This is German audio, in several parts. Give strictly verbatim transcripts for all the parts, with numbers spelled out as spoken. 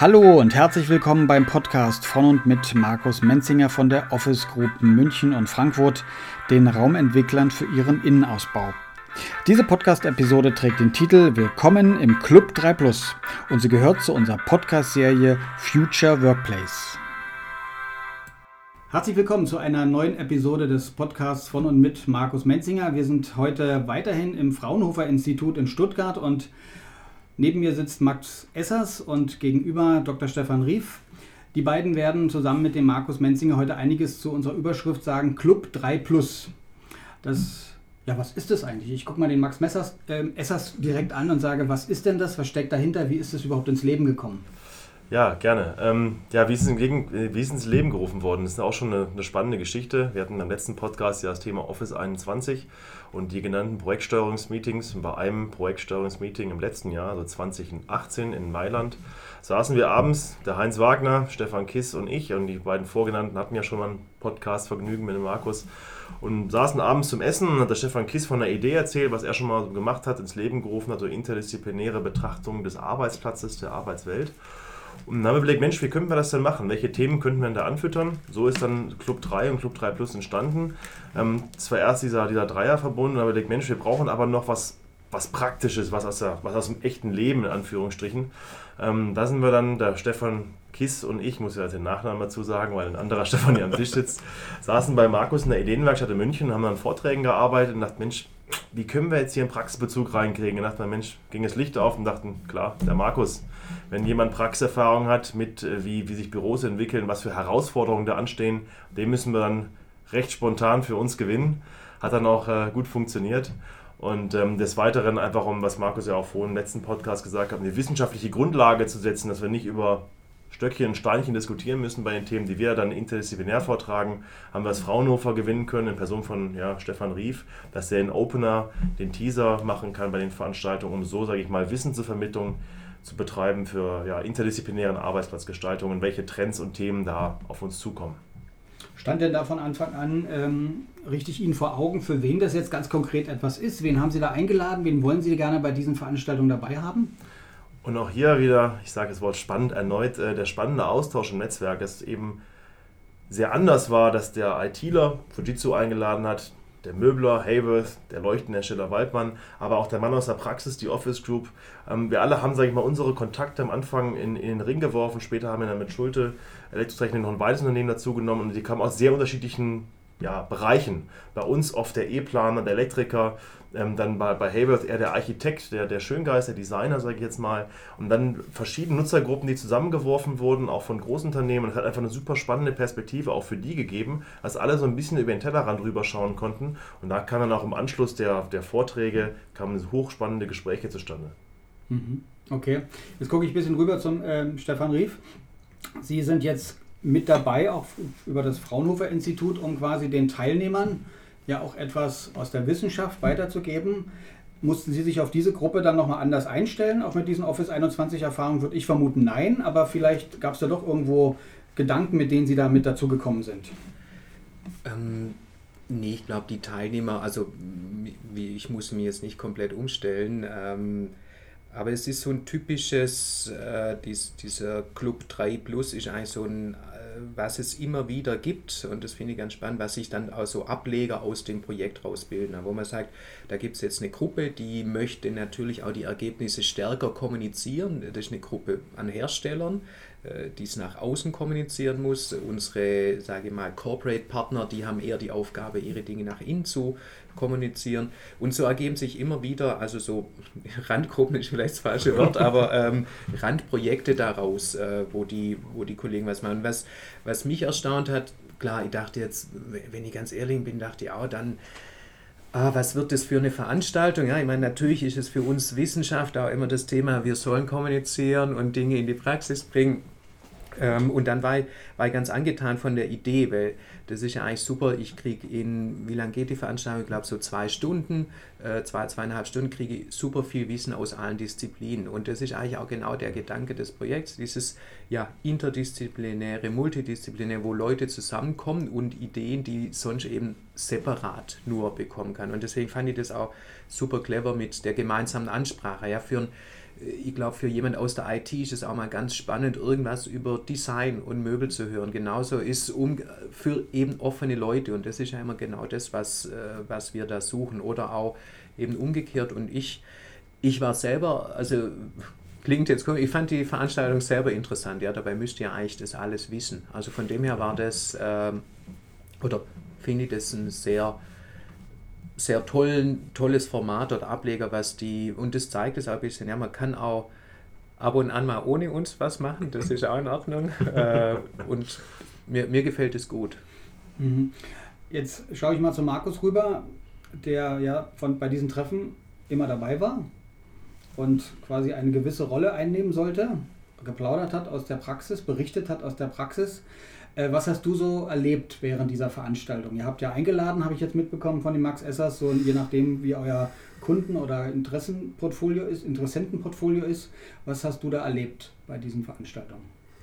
Hallo und herzlich willkommen beim Podcast von und mit Markus Menzinger von der Office Group München und Frankfurt, den Raumentwicklern für ihren Innenausbau. Diese Podcast-Episode trägt den Titel Willkommen im Club drei plus und sie gehört zu unserer Podcast-Serie Future Workplace. Herzlich willkommen zu einer neuen Episode des Podcasts von und mit Markus Menzinger. Wir sind heute weiterhin im Fraunhofer Institut in Stuttgart und neben mir sitzt Max Essers und gegenüber Doktor Stefan Rief. Die beiden werden zusammen mit dem Markus Menzinger heute einiges zu unserer Überschrift sagen, Club drei plus. Das, ja, was ist das eigentlich? Ich gucke mal den Max Messers, äh, Essers direkt an und sage, was ist denn das? Was steckt dahinter? Wie ist es überhaupt ins Leben gekommen? Ja, gerne. Ähm, ja, wie ist, es in, wie ist es ins Leben gerufen worden? Das ist auch schon eine, eine spannende Geschichte. Wir hatten am letzten Podcast ja das Thema Office einundzwanzig und die genannten Projektsteuerungsmeetings. Und bei einem Projektsteuerungsmeeting im letzten Jahr, also zwanzig achtzehn in Mailand, saßen wir abends, der Heinz Wagner, Stefan Kiss und ich, und die beiden Vorgenannten hatten ja schon mal ein Podcast-Vergnügen mit dem Markus, und saßen abends zum Essen und hat der Stefan Kiss von einer Idee erzählt, was er schon mal gemacht hat, ins Leben gerufen hat, so interdisziplinäre Betrachtung des Arbeitsplatzes, der Arbeitswelt. Und dann haben wir überlegt, Mensch, wie könnten wir das denn machen? Welche Themen könnten wir denn da anfüttern? So ist dann Club drei und Club drei plus entstanden. Ähm, es war erst dieser, dieser Dreier verbunden, aber wir überlegt, Mensch, wir brauchen aber noch was, was Praktisches, was aus, der, was aus dem echten Leben, in Anführungsstrichen. Ähm, da sind wir dann, der Stefan Kiss und ich, muss ja den Nachnamen dazu sagen, weil ein anderer Stefan hier am Tisch sitzt, saßen bei Markus in der Ideenwerkstatt in München und haben an Vorträgen gearbeitet und dachten, Mensch, wie können wir jetzt hier einen Praxisbezug reinkriegen? Und dachten, Mensch, ging das Licht auf und dachten, klar, der Markus, wenn jemand Praxiserfahrung hat mit, wie, wie sich Büros entwickeln, was für Herausforderungen da anstehen, den müssen wir dann recht spontan für uns gewinnen. Hat dann auch äh, gut funktioniert. Und ähm, des Weiteren einfach, um, was Markus ja auch vorhin im letzten Podcast gesagt hat, eine wissenschaftliche Grundlage zu setzen, dass wir nicht über Stöckchen und Steinchen diskutieren müssen bei den Themen, die wir dann interdisziplinär vortragen, haben wir das Fraunhofer gewinnen können in Person von ja, Stefan Rief, dass der den Opener, den Teaser machen kann bei den Veranstaltungen, um so, sage ich mal, Wissen zur Vermittlung zu betreiben für ja, interdisziplinären Arbeitsplatzgestaltungen, welche Trends und Themen da auf uns zukommen. Stand denn da von Anfang an ähm, richtig Ihnen vor Augen, für wen das jetzt ganz konkret etwas ist? Wen haben Sie da eingeladen? Wen wollen Sie gerne bei diesen Veranstaltungen dabei haben? Und auch hier wieder, ich sage das Wort spannend erneut, äh, der spannende Austausch im Netzwerk, dass es eben sehr anders war, dass der ITler Fujitsu eingeladen hat, der Möbler, Hayworth, der Leuchtenhersteller Waldmann, aber auch der Mann aus der Praxis, die Office Group. Ähm, wir alle haben, sage ich mal, unsere Kontakte am Anfang in, in den Ring geworfen. Später haben wir dann mit Schulte Elektrotechnik noch ein weiteres Unternehmen dazu genommen und die kamen aus sehr unterschiedlichen ja, Bereichen. Bei uns oft der E-Planer, der Elektriker, ähm, dann bei, bei Hayworth eher der Architekt, der, der Schöngeist, der Designer, sage ich jetzt mal. Und dann verschiedene Nutzergruppen, die zusammengeworfen wurden, auch von Großunternehmen. Und das hat einfach eine super spannende Perspektive auch für die gegeben, dass alle so ein bisschen über den Tellerrand rüber schauen konnten. Und da kam dann auch im Anschluss der, der Vorträge kamen hochspannende Gespräche zustande. Okay, jetzt gucke ich ein bisschen rüber zum äh, Stefan Rief. Sie sind jetzt mit dabei, auch über das Fraunhofer Institut, um quasi den Teilnehmern ja auch etwas aus der Wissenschaft weiterzugeben. Mussten Sie sich auf diese Gruppe dann nochmal anders einstellen? Auch mit diesen Office einundzwanzig Erfahrungen würde ich vermuten, nein, aber vielleicht gab es da doch irgendwo Gedanken, mit denen Sie da mit dazu gekommen sind. Ähm, nee, ich glaube, die Teilnehmer, also wie, ich muss mich jetzt nicht komplett umstellen, ähm, aber es ist so ein typisches, äh, dies, dieser Club drei plus ist eigentlich so ein, äh, was es immer wieder gibt, und das finde ich ganz spannend, was sich dann auch so Ableger aus dem Projekt rausbilden, wo man sagt, da gibt es jetzt eine Gruppe, die möchte natürlich auch die Ergebnisse stärker kommunizieren. Das ist eine Gruppe an Herstellern, äh, die es nach außen kommunizieren muss. Unsere, sage ich mal, Corporate-Partner, die haben eher die Aufgabe, ihre Dinge nach innen zu kommunizieren, und so ergeben sich immer wieder, also so Randgruppen ist vielleicht das falsche Wort, aber ähm, Randprojekte daraus, äh, wo, die, wo die Kollegen was machen. Was, was mich erstaunt hat, klar, ich dachte jetzt, wenn ich ganz ehrlich bin, dachte ich auch dann, ah, was wird das für eine Veranstaltung? Ja, ich meine, natürlich ist es für uns Wissenschaft auch immer das Thema, wir sollen kommunizieren und Dinge in die Praxis bringen. Ähm, und dann war ich, war ich ganz angetan von der Idee, weil das ist ja eigentlich super. Ich kriege in, wie lange geht die Veranstaltung? Ich glaube so zwei Stunden, äh, zwei, zweieinhalb Stunden kriege ich super viel Wissen aus allen Disziplinen. Und das ist eigentlich auch genau der Gedanke des Projekts, dieses ja, interdisziplinäre, multidisziplinäre, wo Leute zusammenkommen und Ideen, die sonst eben separat nur bekommen kann. Und deswegen fand ich das auch super clever mit der gemeinsamen Ansprache. Ja, für ein ich glaube, für jemand aus der I T ist es auch mal ganz spannend, irgendwas über Design und Möbel zu hören. Genauso ist es um, für eben offene Leute und das ist ja immer genau das, was, was wir da suchen. Oder auch eben umgekehrt. Und ich, ich war selber, also klingt jetzt komisch, ich fand die Veranstaltung selber interessant. Ja, dabei müsst ihr eigentlich das alles wissen. Also von dem her war das, ähm, oder finde ich das ein sehr... sehr tollen, tolles Format oder Ableger, was die, und das zeigt es auch ein bisschen, ja, man kann auch ab und an mal ohne uns was machen, das ist auch in Ordnung äh, und mir, mir gefällt es gut. Jetzt schaue ich mal zu Markus rüber, der ja von, bei diesen Treffen immer dabei war und quasi eine gewisse Rolle einnehmen sollte, geplaudert hat aus der Praxis, berichtet hat aus der Praxis. Was hast du so erlebt während dieser Veranstaltung? Ihr habt ja eingeladen, habe ich jetzt mitbekommen von dem Max Essers, so je nachdem wie euer Kunden- oder Interessenportfolio ist, Interessentenportfolio ist. Was hast du da erlebt bei diesen Veranstaltungen?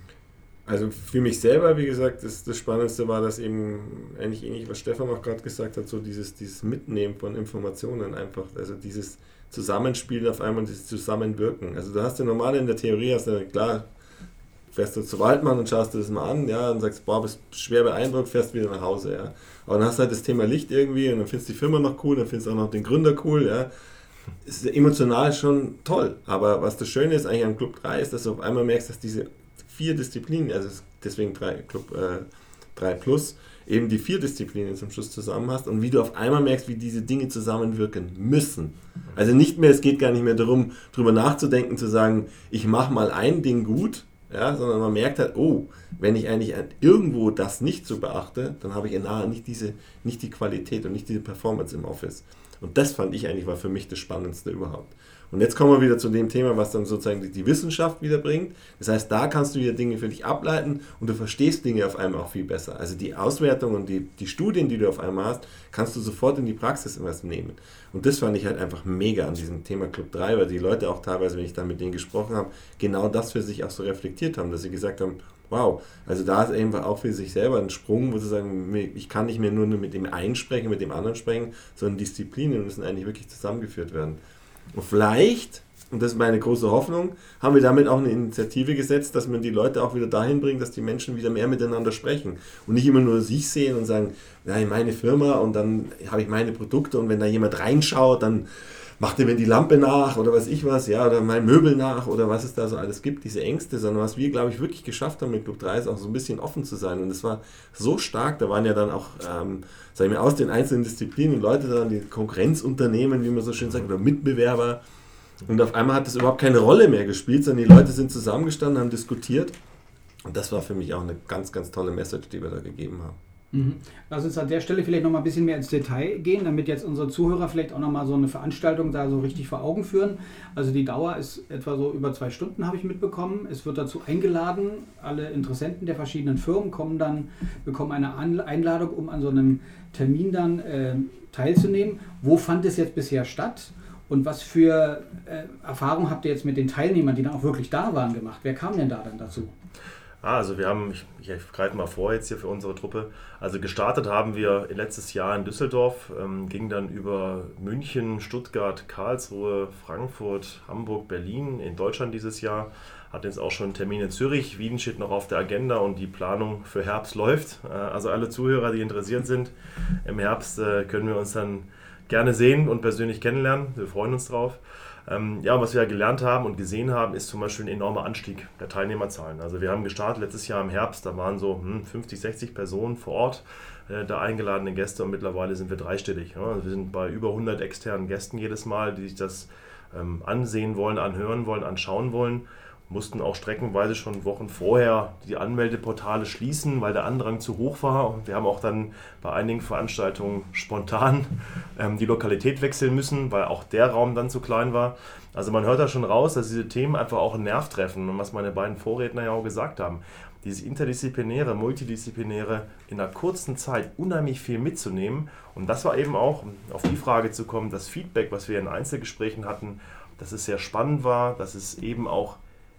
Also für mich selber, wie gesagt, das, das Spannendste war, dass eben eigentlich ähnlich, was Stefan auch gerade gesagt hat, so dieses, dieses Mitnehmen von Informationen einfach, also dieses Zusammenspielen auf einmal, dieses Zusammenwirken. Also du hast ja normal in der Theorie, hast du klar, fährst du zu Waldmann und schaust dir das mal an, ja, und sagst, boah, bist schwer beeindruckt, fährst wieder nach Hause, ja. Aber dann hast du halt das Thema Licht irgendwie und dann findest du die Firma noch cool, dann findest du auch noch den Gründer cool, ja. Ist emotional schon toll, aber was das Schöne ist eigentlich am Club drei ist, dass du auf einmal merkst, dass diese vier Disziplinen, also deswegen drei, Club äh, drei plus, eben die vier Disziplinen zum Schluss zusammen hast und wie du auf einmal merkst, wie diese Dinge zusammenwirken müssen. Also nicht mehr, es geht gar nicht mehr darum, drüber nachzudenken, zu sagen, ich mache mal ein Ding gut, ja, sondern man merkt halt, oh, wenn ich eigentlich irgendwo das nicht so beachte, dann habe ich nachher nicht diese, nicht die Qualität und nicht diese Performance im Office. Und das fand ich eigentlich, war für mich das Spannendste überhaupt. Und jetzt kommen wir wieder zu dem Thema, was dann sozusagen die, die Wissenschaft wieder bringt. Das heißt, da kannst du wieder Dinge für dich ableiten und du verstehst Dinge auf einmal auch viel besser. Also die Auswertung und die, die Studien, die du auf einmal hast, kannst du sofort in die Praxis was nehmen. Und das fand ich halt einfach mega an diesem Thema Club drei, weil die Leute auch teilweise, wenn ich da mit denen gesprochen habe, genau das für sich auch so reflektiert haben, dass sie gesagt haben, wow, also da ist einfach auch für sich selber ein Sprung, wo sie sagen, ich kann nicht mehr nur mit dem einen sprechen, mit dem anderen sprechen, sondern Disziplinen müssen eigentlich wirklich zusammengeführt werden. Und vielleicht, und das ist meine große Hoffnung, haben wir damit auch eine Initiative gesetzt, dass man die Leute auch wieder dahin bringt, dass die Menschen wieder mehr miteinander sprechen und nicht immer nur sich sehen und sagen, ja, meine Firma und dann habe ich meine Produkte und wenn da jemand reinschaut, dann macht er mir die Lampe nach oder weiß ich was, ja, oder mein Möbel nach oder was es da so alles gibt, diese Ängste, sondern was wir, glaube ich, wirklich geschafft haben mit Club drei ist auch so ein bisschen offen zu sein und es war so stark, da waren ja dann auch, ähm, sagen wir, aus den einzelnen Disziplinen Leute dann, die Konkurrenzunternehmen, wie man so schön sagt, oder Mitbewerber und auf einmal hat das überhaupt keine Rolle mehr gespielt, sondern die Leute sind zusammengestanden, haben diskutiert und das war für mich auch eine ganz, ganz tolle Message, die wir da gegeben haben. Mhm. Lass uns an der Stelle vielleicht noch mal ein bisschen mehr ins Detail gehen, damit jetzt unsere Zuhörer vielleicht auch noch mal so eine Veranstaltung da so richtig vor Augen führen. Also die Dauer ist etwa so über zwei Stunden, habe ich mitbekommen. Es wird dazu eingeladen, alle Interessenten der verschiedenen Firmen kommen dann, bekommen eine Einladung, um an so einem Termin dann äh, teilzunehmen. Wo fand es jetzt bisher statt? Und was für äh, Erfahrungen habt ihr jetzt mit den Teilnehmern, die dann auch wirklich da waren, gemacht? Wer kam denn da dann dazu? Ah, also wir haben, ich, ich greife mal vor jetzt hier für unsere Truppe, also gestartet haben wir letztes Jahr in Düsseldorf, ähm, ging dann über München, Stuttgart, Karlsruhe, Frankfurt, Hamburg, Berlin, in Deutschland dieses Jahr, hat jetzt auch schon einen Termin in Zürich, Wien steht noch auf der Agenda und die Planung für Herbst läuft, äh, also alle Zuhörer, die interessiert sind, im Herbst äh, können wir uns dann gerne sehen und persönlich kennenlernen, wir freuen uns drauf. Ja, was wir gelernt haben und gesehen haben, ist zum Beispiel ein enormer Anstieg der Teilnehmerzahlen. Also wir haben gestartet letztes Jahr im Herbst, da waren so fünfzig, sechzig Personen vor Ort, äh, da eingeladene Gäste und mittlerweile sind wir dreistellig. Ja. Also wir sind bei über hundert externen Gästen jedes Mal, die sich das ähm, ansehen wollen, anhören wollen, anschauen wollen. Mussten auch streckenweise schon Wochen vorher die Anmeldeportale schließen, weil der Andrang zu hoch war. Und wir haben auch dann bei einigen Veranstaltungen spontan ähm, die Lokalität wechseln müssen, weil auch der Raum dann zu klein war. Also man hört da schon raus, dass diese Themen einfach auch einen Nerv treffen. Und was meine beiden Vorredner ja auch gesagt haben, dieses interdisziplinäre, multidisziplinäre, in einer kurzen Zeit unheimlich viel mitzunehmen. Und das war eben auch, um auf die Frage zu kommen, das Feedback, was wir in Einzelgesprächen hatten, dass es sehr spannend war, dass es eben auch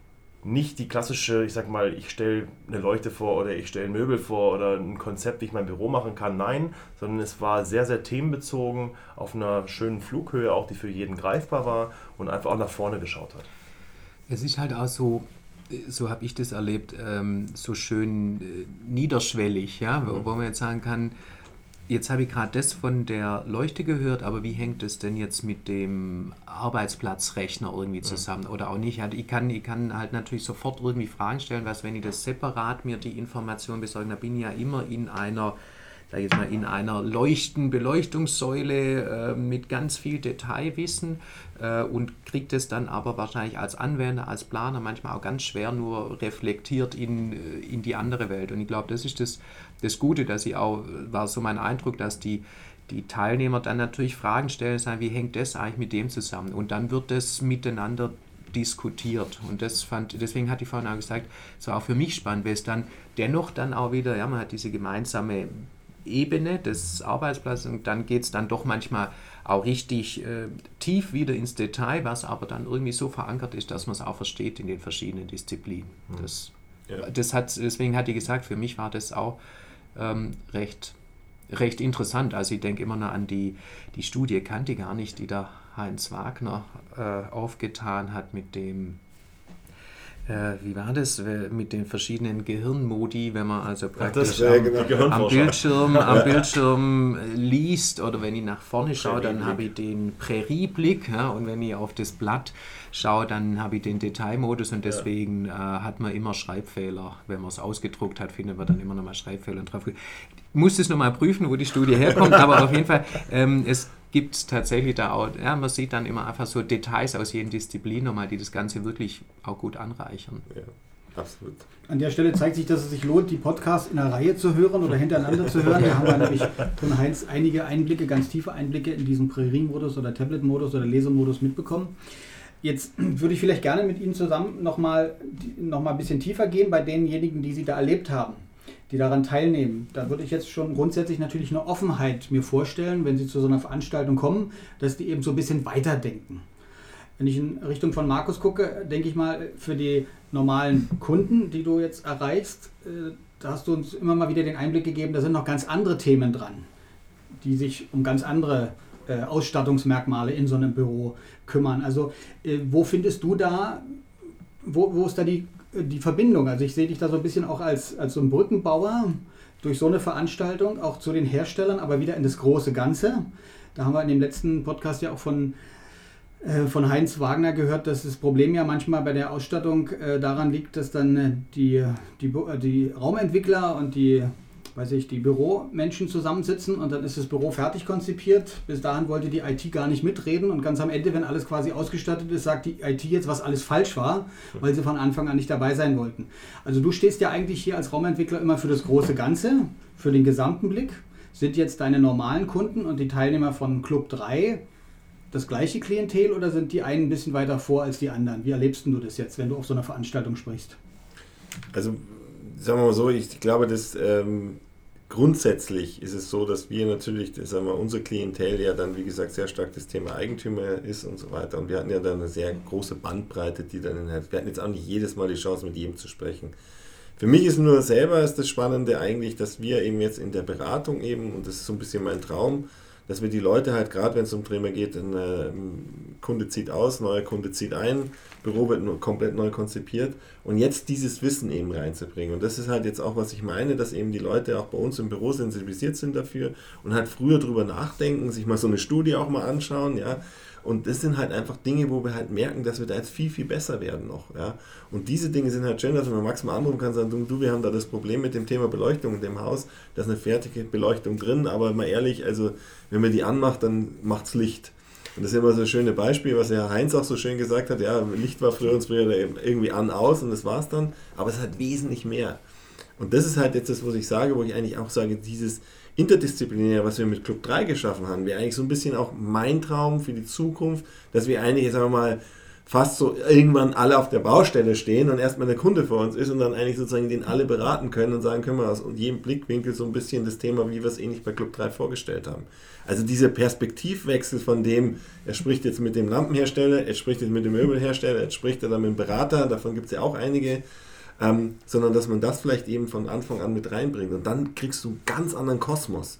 nicht die klassische, ich sag mal, ich stelle eine Leuchte vor oder ich stelle ein Möbel vor oder ein Konzept, wie ich mein Büro machen kann, nein, sondern es war sehr, sehr themenbezogen, auf einer schönen Flughöhe, auch die für jeden greifbar war und einfach auch nach vorne geschaut hat. Es ist halt auch so, so habe ich das erlebt, ähm, so schön äh, niederschwellig, ja, wo, wo man jetzt sagen kann, jetzt habe ich gerade das von der Leuchte gehört, aber wie hängt es denn jetzt mit dem Arbeitsplatzrechner irgendwie zusammen oder auch nicht? Ich kann, ich kann halt natürlich sofort irgendwie Fragen stellen, was, wenn ich das separat mir die Information besorge, da bin ich ja immer in einer, sag ich jetzt mal, in einer Leuchten, Beleuchtungssäule äh, mit ganz viel Detailwissen äh, und kriegt es dann aber wahrscheinlich als Anwender, als Planer manchmal auch ganz schwer nur reflektiert in, in die andere Welt. Und ich glaube, das ist das, das Gute, dass ich auch, war so mein Eindruck, dass die, die Teilnehmer dann natürlich Fragen stellen, sagen, wie hängt das eigentlich mit dem zusammen? Und dann wird das miteinander diskutiert. Und das fand, deswegen hatte ich vorhin auch gesagt, es war auch für mich spannend, weil es dann dennoch dann auch wieder, ja, man hat diese gemeinsame Ebene des Arbeitsplatzes und dann geht es dann doch manchmal auch richtig äh, tief wieder ins Detail, was aber dann irgendwie so verankert ist, dass man es auch versteht in den verschiedenen Disziplinen. Das, ja. das hat, deswegen hatte ich gesagt, für mich war das auch ähm, recht, recht interessant. Also ich denke immer noch an die, die Studie, kannte ich gar nicht, die der Heinz Wagner äh, aufgetan hat mit dem wie war das mit den verschiedenen Gehirnmodi, wenn man also praktisch ja, am, genau. am, Bildschirm, am Bildschirm liest oder wenn ich nach vorne schaue, dann habe ich den Prärieblick, ja, und wenn ich auf das Blatt schaue, dann habe ich den Detailmodus und deswegen ja. äh, hat man immer Schreibfehler. Wenn man es ausgedruckt hat, findet man dann immer nochmal Schreibfehler drauf. Ich muss es nochmal prüfen, wo die Studie herkommt, aber auf jeden Fall, ähm, es gibt es tatsächlich da auch, ja, man sieht dann immer einfach so Details aus jeder Disziplin nochmal, die das Ganze wirklich auch gut anreichern. Ja, absolut. An der Stelle zeigt sich, dass es sich lohnt, die Podcasts in einer Reihe zu hören oder hintereinander zu hören. Da haben wir nämlich von Heinz einige Einblicke, ganz tiefe Einblicke in diesen Prärien-Modus oder Tablet-Modus oder Lesemodus mitbekommen. Jetzt würde ich vielleicht gerne mit Ihnen zusammen nochmal noch mal ein bisschen tiefer gehen bei denjenigen, die Sie da erlebt haben, die daran teilnehmen. Da würde ich jetzt schon grundsätzlich natürlich eine Offenheit mir vorstellen, wenn Sie zu so einer Veranstaltung kommen, dass die eben so ein bisschen weiterdenken. Wenn ich in Richtung von Markus gucke, denke ich mal, für die normalen Kunden, die du jetzt erreichst, da hast du uns immer mal wieder den Einblick gegeben, da sind noch ganz andere Themen dran, die sich um ganz andere Ausstattungsmerkmale in so einem Büro kümmern. Also wo findest du da, wo, wo ist da die die Verbindung? Also ich sehe dich da so ein bisschen auch als, als so ein Brückenbauer durch so eine Veranstaltung, auch zu den Herstellern, aber wieder in das große Ganze. Da haben wir in dem letzten Podcast ja auch von, äh, von Heinz Wagner gehört, dass das Problem ja manchmal bei der Ausstattung äh, daran liegt, dass dann äh, die, die, die Raumentwickler und die weiß ich, die Büromenschen zusammensitzen und dann ist das Büro fertig konzipiert. Bis dahin wollte die I T gar nicht mitreden und ganz am Ende, wenn alles quasi ausgestattet ist, sagt die I T jetzt, was alles falsch war, weil sie von Anfang an nicht dabei sein wollten. Also du stehst ja eigentlich hier als Raumentwickler immer für das große Ganze, für den gesamten Blick. Sind jetzt deine normalen Kunden und die Teilnehmer von Club drei das gleiche Klientel oder sind die einen ein bisschen weiter vor als die anderen? Wie erlebst du das jetzt, wenn du auf so einer Veranstaltung sprichst? Also sagen wir mal so, ich glaube, dass ähm, grundsätzlich ist es so, dass wir natürlich, das, sagen wir, unser Klientel ja dann, wie gesagt, sehr stark das Thema Eigentümer ist und so weiter. Und wir hatten ja dann eine sehr große Bandbreite, die dann, in, wir hatten jetzt auch nicht jedes Mal die Chance, mit jedem zu sprechen. Für mich ist nur selber ist das Spannende eigentlich, dass wir eben jetzt in der Beratung eben, und das ist so ein bisschen mein Traum, dass wir die Leute halt, gerade wenn es um Thema geht, ein äh, Kunde zieht aus, neuer Kunde zieht ein, Büro wird nur komplett neu konzipiert und jetzt dieses Wissen eben reinzubringen. Und das ist halt jetzt auch, was ich meine, dass eben die Leute auch bei uns im Büro sensibilisiert sind dafür und halt früher drüber nachdenken, sich mal so eine Studie auch mal anschauen, ja. Und das sind halt einfach Dinge, wo wir halt merken, dass wir da jetzt viel, viel besser werden noch. Ja? Und diese Dinge sind halt schön, dass man Max mal anrufen kann und sagen, du, wir haben da das Problem mit dem Thema Beleuchtung in dem Haus, da ist eine fertige Beleuchtung drin, aber mal ehrlich, also wenn man die anmacht, dann macht's Licht. Und das ist immer so ein schönes Beispiel, was der Heinz auch so schön gesagt hat, ja, Licht war früher und früher irgendwie an, aus und das war's dann, aber es hat wesentlich mehr. Und das ist halt jetzt das, was ich sage, wo ich eigentlich auch sage, dieses interdisziplinär, was wir mit Club drei geschaffen haben, wäre eigentlich so ein bisschen auch mein Traum für die Zukunft, dass wir eigentlich, sagen wir mal, fast so irgendwann alle auf der Baustelle stehen und erstmal der Kunde vor uns ist und dann eigentlich sozusagen den alle beraten können und sagen können wir aus jedem Blickwinkel so ein bisschen das Thema, wie wir es ähnlich bei Club drei vorgestellt haben. Also dieser Perspektivwechsel von dem, er spricht jetzt mit dem Lampenhersteller, er spricht jetzt mit dem Möbelhersteller, er spricht dann mit dem Berater, davon gibt es ja auch einige, Ähm, sondern dass man das vielleicht eben von Anfang an mit reinbringt und dann kriegst du einen ganz anderen Kosmos.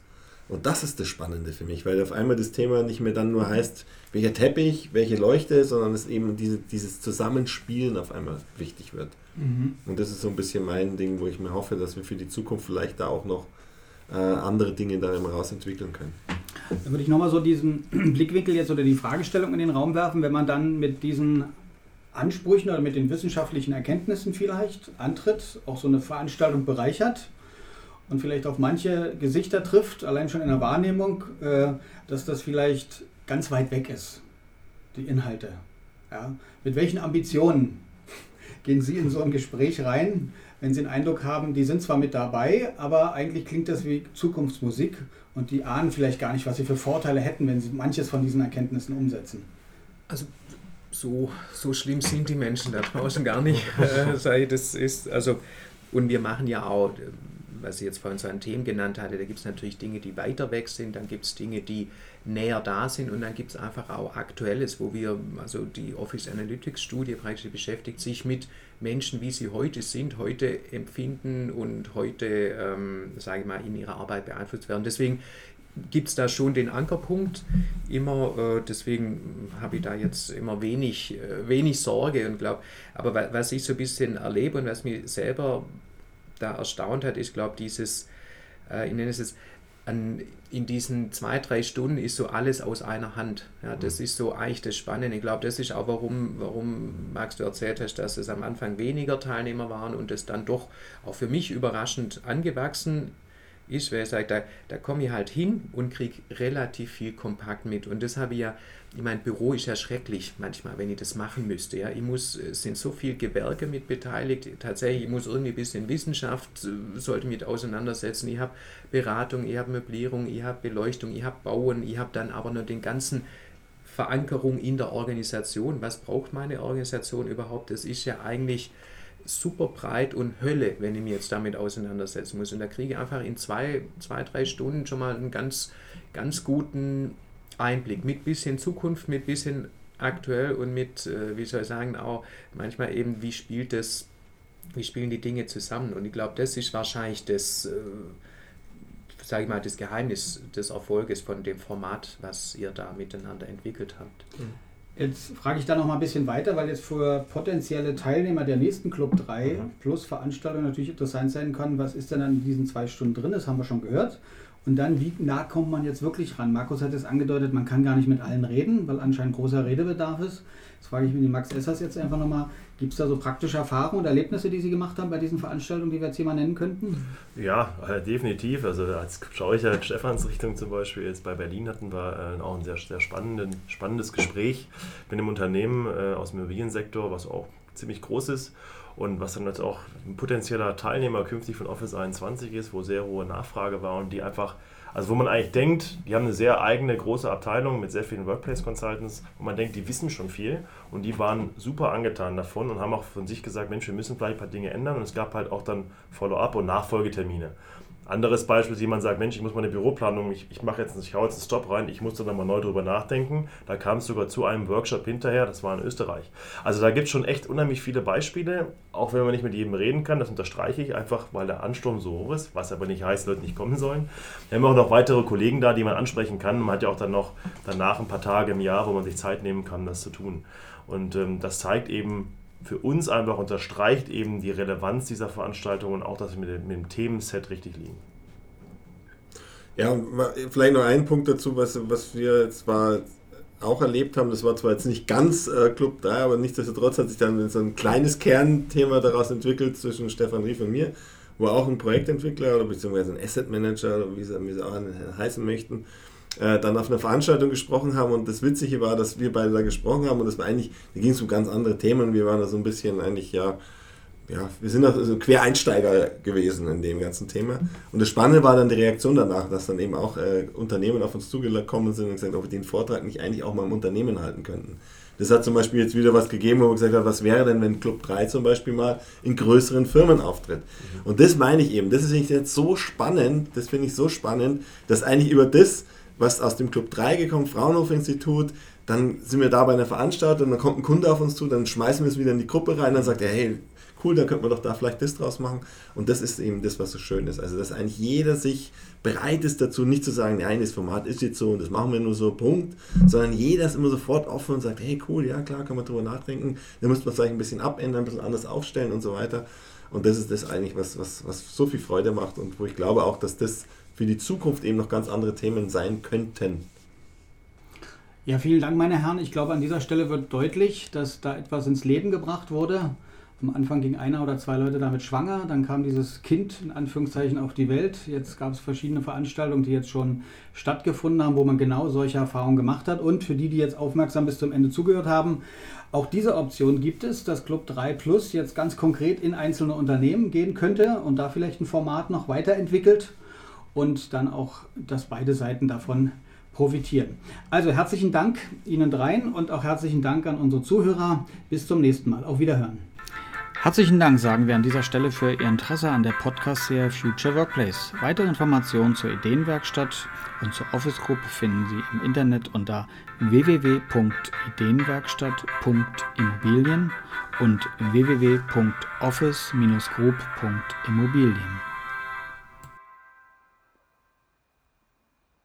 Und das ist das Spannende für mich, weil auf einmal das Thema nicht mehr dann nur heißt, welcher Teppich, welche Leuchte, sondern es eben diese, dieses Zusammenspielen auf einmal wichtig wird. Mhm. Und das ist so ein bisschen mein Ding, wo ich mir hoffe, dass wir für die Zukunft vielleicht da auch noch äh, andere Dinge da immer rausentwickeln können. Dann würde ich nochmal so diesen Blickwinkel jetzt oder die Fragestellung in den Raum werfen, wenn man dann mit diesen Ansprüchen oder mit den wissenschaftlichen Erkenntnissen vielleicht antritt, auch so eine Veranstaltung bereichert und vielleicht auf manche Gesichter trifft, allein schon in der Wahrnehmung, äh, dass das vielleicht ganz weit weg ist, die Inhalte. Ja? Mit welchen Ambitionen gehen Sie in so ein Gespräch rein, wenn Sie den Eindruck haben, die sind zwar mit dabei, aber eigentlich klingt das wie Zukunftsmusik und die ahnen vielleicht gar nicht, was sie für Vorteile hätten, wenn sie manches von diesen Erkenntnissen umsetzen? Also so, so schlimm sind die Menschen da draußen gar nicht, äh, sei das ist, also, und wir machen ja auch, was ich jetzt vorhin so an Themen genannt hatte, da gibt es natürlich Dinge, die weiter weg sind, dann gibt es Dinge, die näher da sind und dann gibt es einfach auch Aktuelles, wo wir, also die Office Analytics Studie praktisch beschäftigt sich mit Menschen, wie sie heute sind, heute empfinden und heute, ähm, sage ich mal, in ihrer Arbeit beeinflusst werden. Deswegen gibt es da schon den Ankerpunkt immer, äh, deswegen habe ich da jetzt immer wenig, äh, wenig Sorge und glaube, aber wa- was ich so ein bisschen erlebe und was mich selber da erstaunt hat, ist, glaube ich, dieses, äh, ich nenne es jetzt, an, in diesen zwei, drei Stunden ist so alles aus einer Hand. Ja, das ist so eigentlich das Spannende. Ich glaube, das ist auch, warum, warum, Max, du erzählt hast, dass es am Anfang weniger Teilnehmer waren und es dann doch auch für mich überraschend angewachsen ist, weil ich sage, da, da komme ich halt hin und kriege relativ viel kompakt mit. Und das habe ich ja, ich mein Büro ist ja schrecklich manchmal, wenn ich das machen müsste. Ja. Ich muss, es sind so viele Gewerke mit beteiligt, tatsächlich, ich muss irgendwie ein bisschen Wissenschaft, sollte mit auseinandersetzen. Ich habe Beratung, ich habe Möblierung, ich habe Beleuchtung, ich habe Bauen, ich habe dann aber noch den ganzen Verankerung in der Organisation. Was braucht meine Organisation überhaupt? Das ist ja eigentlich super breit und Hölle, wenn ich mich jetzt damit auseinandersetzen muss. Und da kriege ich einfach in zwei, zwei, drei Stunden schon mal einen ganz, ganz guten Einblick mit bisschen Zukunft, mit bisschen aktuell und mit, äh, wie soll ich sagen, auch manchmal eben, wie spielt das, wie spielen die Dinge zusammen. Und ich glaube, das ist wahrscheinlich das, äh, sage ich mal, das Geheimnis des Erfolges von dem Format, was ihr da miteinander entwickelt habt. Mhm. Jetzt frage ich da noch mal ein bisschen weiter, weil jetzt für potenzielle Teilnehmer der nächsten Club drei mhm. plus Veranstaltung natürlich interessant sein kann, was ist denn an diesen zwei Stunden drin, das haben wir schon gehört. Und dann, wie nah kommt man jetzt wirklich ran? Markus hat es angedeutet, man kann gar nicht mit allen reden, weil anscheinend großer Redebedarf ist. Jetzt frage ich mich den Max Essers jetzt einfach nochmal, gibt es da so praktische Erfahrungen und Erlebnisse, die Sie gemacht haben bei diesen Veranstaltungen, die wir jetzt hier mal nennen könnten? Ja, äh, definitiv. Also als schaue ich ja in Stefans Richtung zum Beispiel, jetzt bei Berlin hatten wir äh, auch ein sehr, sehr spannenden, spannendes Gespräch mit einem Unternehmen äh, aus dem Immobiliensektor, was auch ziemlich groß ist und was dann jetzt auch ein potenzieller Teilnehmer künftig von Office einundzwanzig ist, wo sehr hohe Nachfrage war und die einfach, also wo man eigentlich denkt, die haben eine sehr eigene große Abteilung mit sehr vielen Workplace Consultants, wo man denkt, die wissen schon viel und die waren super angetan davon und haben auch von sich gesagt, Mensch, wir müssen vielleicht ein paar Dinge ändern und es gab halt auch dann Follow-up und Nachfolgetermine. Anderes Beispiel, jemand sagt, Mensch, ich muss meine Büroplanung, ich, ich mache jetzt, ich hau jetzt einen Stop rein, ich muss da nochmal neu drüber nachdenken. Da kam es sogar zu einem Workshop hinterher, das war in Österreich. Also da gibt es schon echt unheimlich viele Beispiele, auch wenn man nicht mit jedem reden kann, das unterstreiche ich einfach, weil der Ansturm so hoch ist, was aber nicht heißt, Leute nicht kommen sollen. Wir haben auch noch weitere Kollegen da, die man ansprechen kann. Man hat ja auch dann noch danach ein paar Tage im Jahr, wo man sich Zeit nehmen kann, das zu tun. Und ähm, das zeigt eben, für uns einfach unterstreicht eben die Relevanz dieser Veranstaltung und auch, dass wir mit dem, mit dem Themenset richtig liegen. Ja, und vielleicht noch ein Punkt dazu, was, was wir zwar auch erlebt haben, das war zwar jetzt nicht ganz äh, Club drei, aber nichtsdestotrotz hat sich dann so ein kleines Kernthema daraus entwickelt zwischen Stefan Rief und mir, wo auch ein Projektentwickler oder beziehungsweise ein Asset Manager, oder wie sie, wie sie auch heißen möchten, dann auf einer Veranstaltung gesprochen haben und das Witzige war, dass wir beide da gesprochen haben und das war eigentlich, da ging es um ganz andere Themen, wir waren da so ein bisschen eigentlich, ja, ja wir sind also Quereinsteiger gewesen in dem ganzen Thema und das Spannende war dann die Reaktion danach, dass dann eben auch äh, Unternehmen auf uns zugekommen sind und gesagt, ob wir den Vortrag nicht eigentlich auch mal im Unternehmen halten könnten. Das hat zum Beispiel jetzt wieder was gegeben, wo wir gesagt haben, was wäre denn, wenn Club drei zum Beispiel mal in größeren Firmen auftritt. Und das meine ich eben, das ist jetzt so spannend, das finde ich so spannend, dass eigentlich über das, was aus dem Club drei gekommen, Fraunhofer-Institut, dann sind wir da bei einer Veranstaltung, dann kommt ein Kunde auf uns zu, dann schmeißen wir es wieder in die Gruppe rein, dann sagt er, hey, cool, dann könnte man doch da vielleicht das draus machen. Und das ist eben das, was so schön ist. Also, dass eigentlich jeder sich bereit ist dazu, nicht zu sagen, nein, das Format ist jetzt so und das machen wir nur so, Punkt, sondern jeder ist immer sofort offen und sagt, hey, cool, ja klar, kann man drüber nachdenken, da müsste man vielleicht ein bisschen abändern, ein bisschen anders aufstellen und so weiter. Und das ist das eigentlich, was, was, was so viel Freude macht und wo ich glaube auch, dass das für die Zukunft eben noch ganz andere Themen sein könnten. Ja, vielen Dank, meine Herren. Ich glaube, an dieser Stelle wird deutlich, dass da etwas ins Leben gebracht wurde. Am Anfang ging einer oder zwei Leute damit schwanger, dann kam dieses Kind in Anführungszeichen auf die Welt. Jetzt gab es verschiedene Veranstaltungen, die jetzt schon stattgefunden haben, wo man genau solche Erfahrungen gemacht hat. Und für die, die jetzt aufmerksam bis zum Ende zugehört haben, auch diese Option gibt es, dass Club drei Plus jetzt ganz konkret in einzelne Unternehmen gehen könnte und da vielleicht ein Format noch weiterentwickelt und dann auch, dass beide Seiten davon profitieren. Also herzlichen Dank Ihnen dreien und auch herzlichen Dank an unsere Zuhörer. Bis zum nächsten Mal. Auf Wiederhören. Herzlichen Dank sagen wir an dieser Stelle für Ihr Interesse an der Podcast-Serie Future Workplace. Weitere Informationen zur Ideenwerkstatt und zur Office Group finden Sie im Internet unter w w w punkt ideenwerkstatt punkt immobilien und w w w punkt office Bindestrich group punkt immobilien.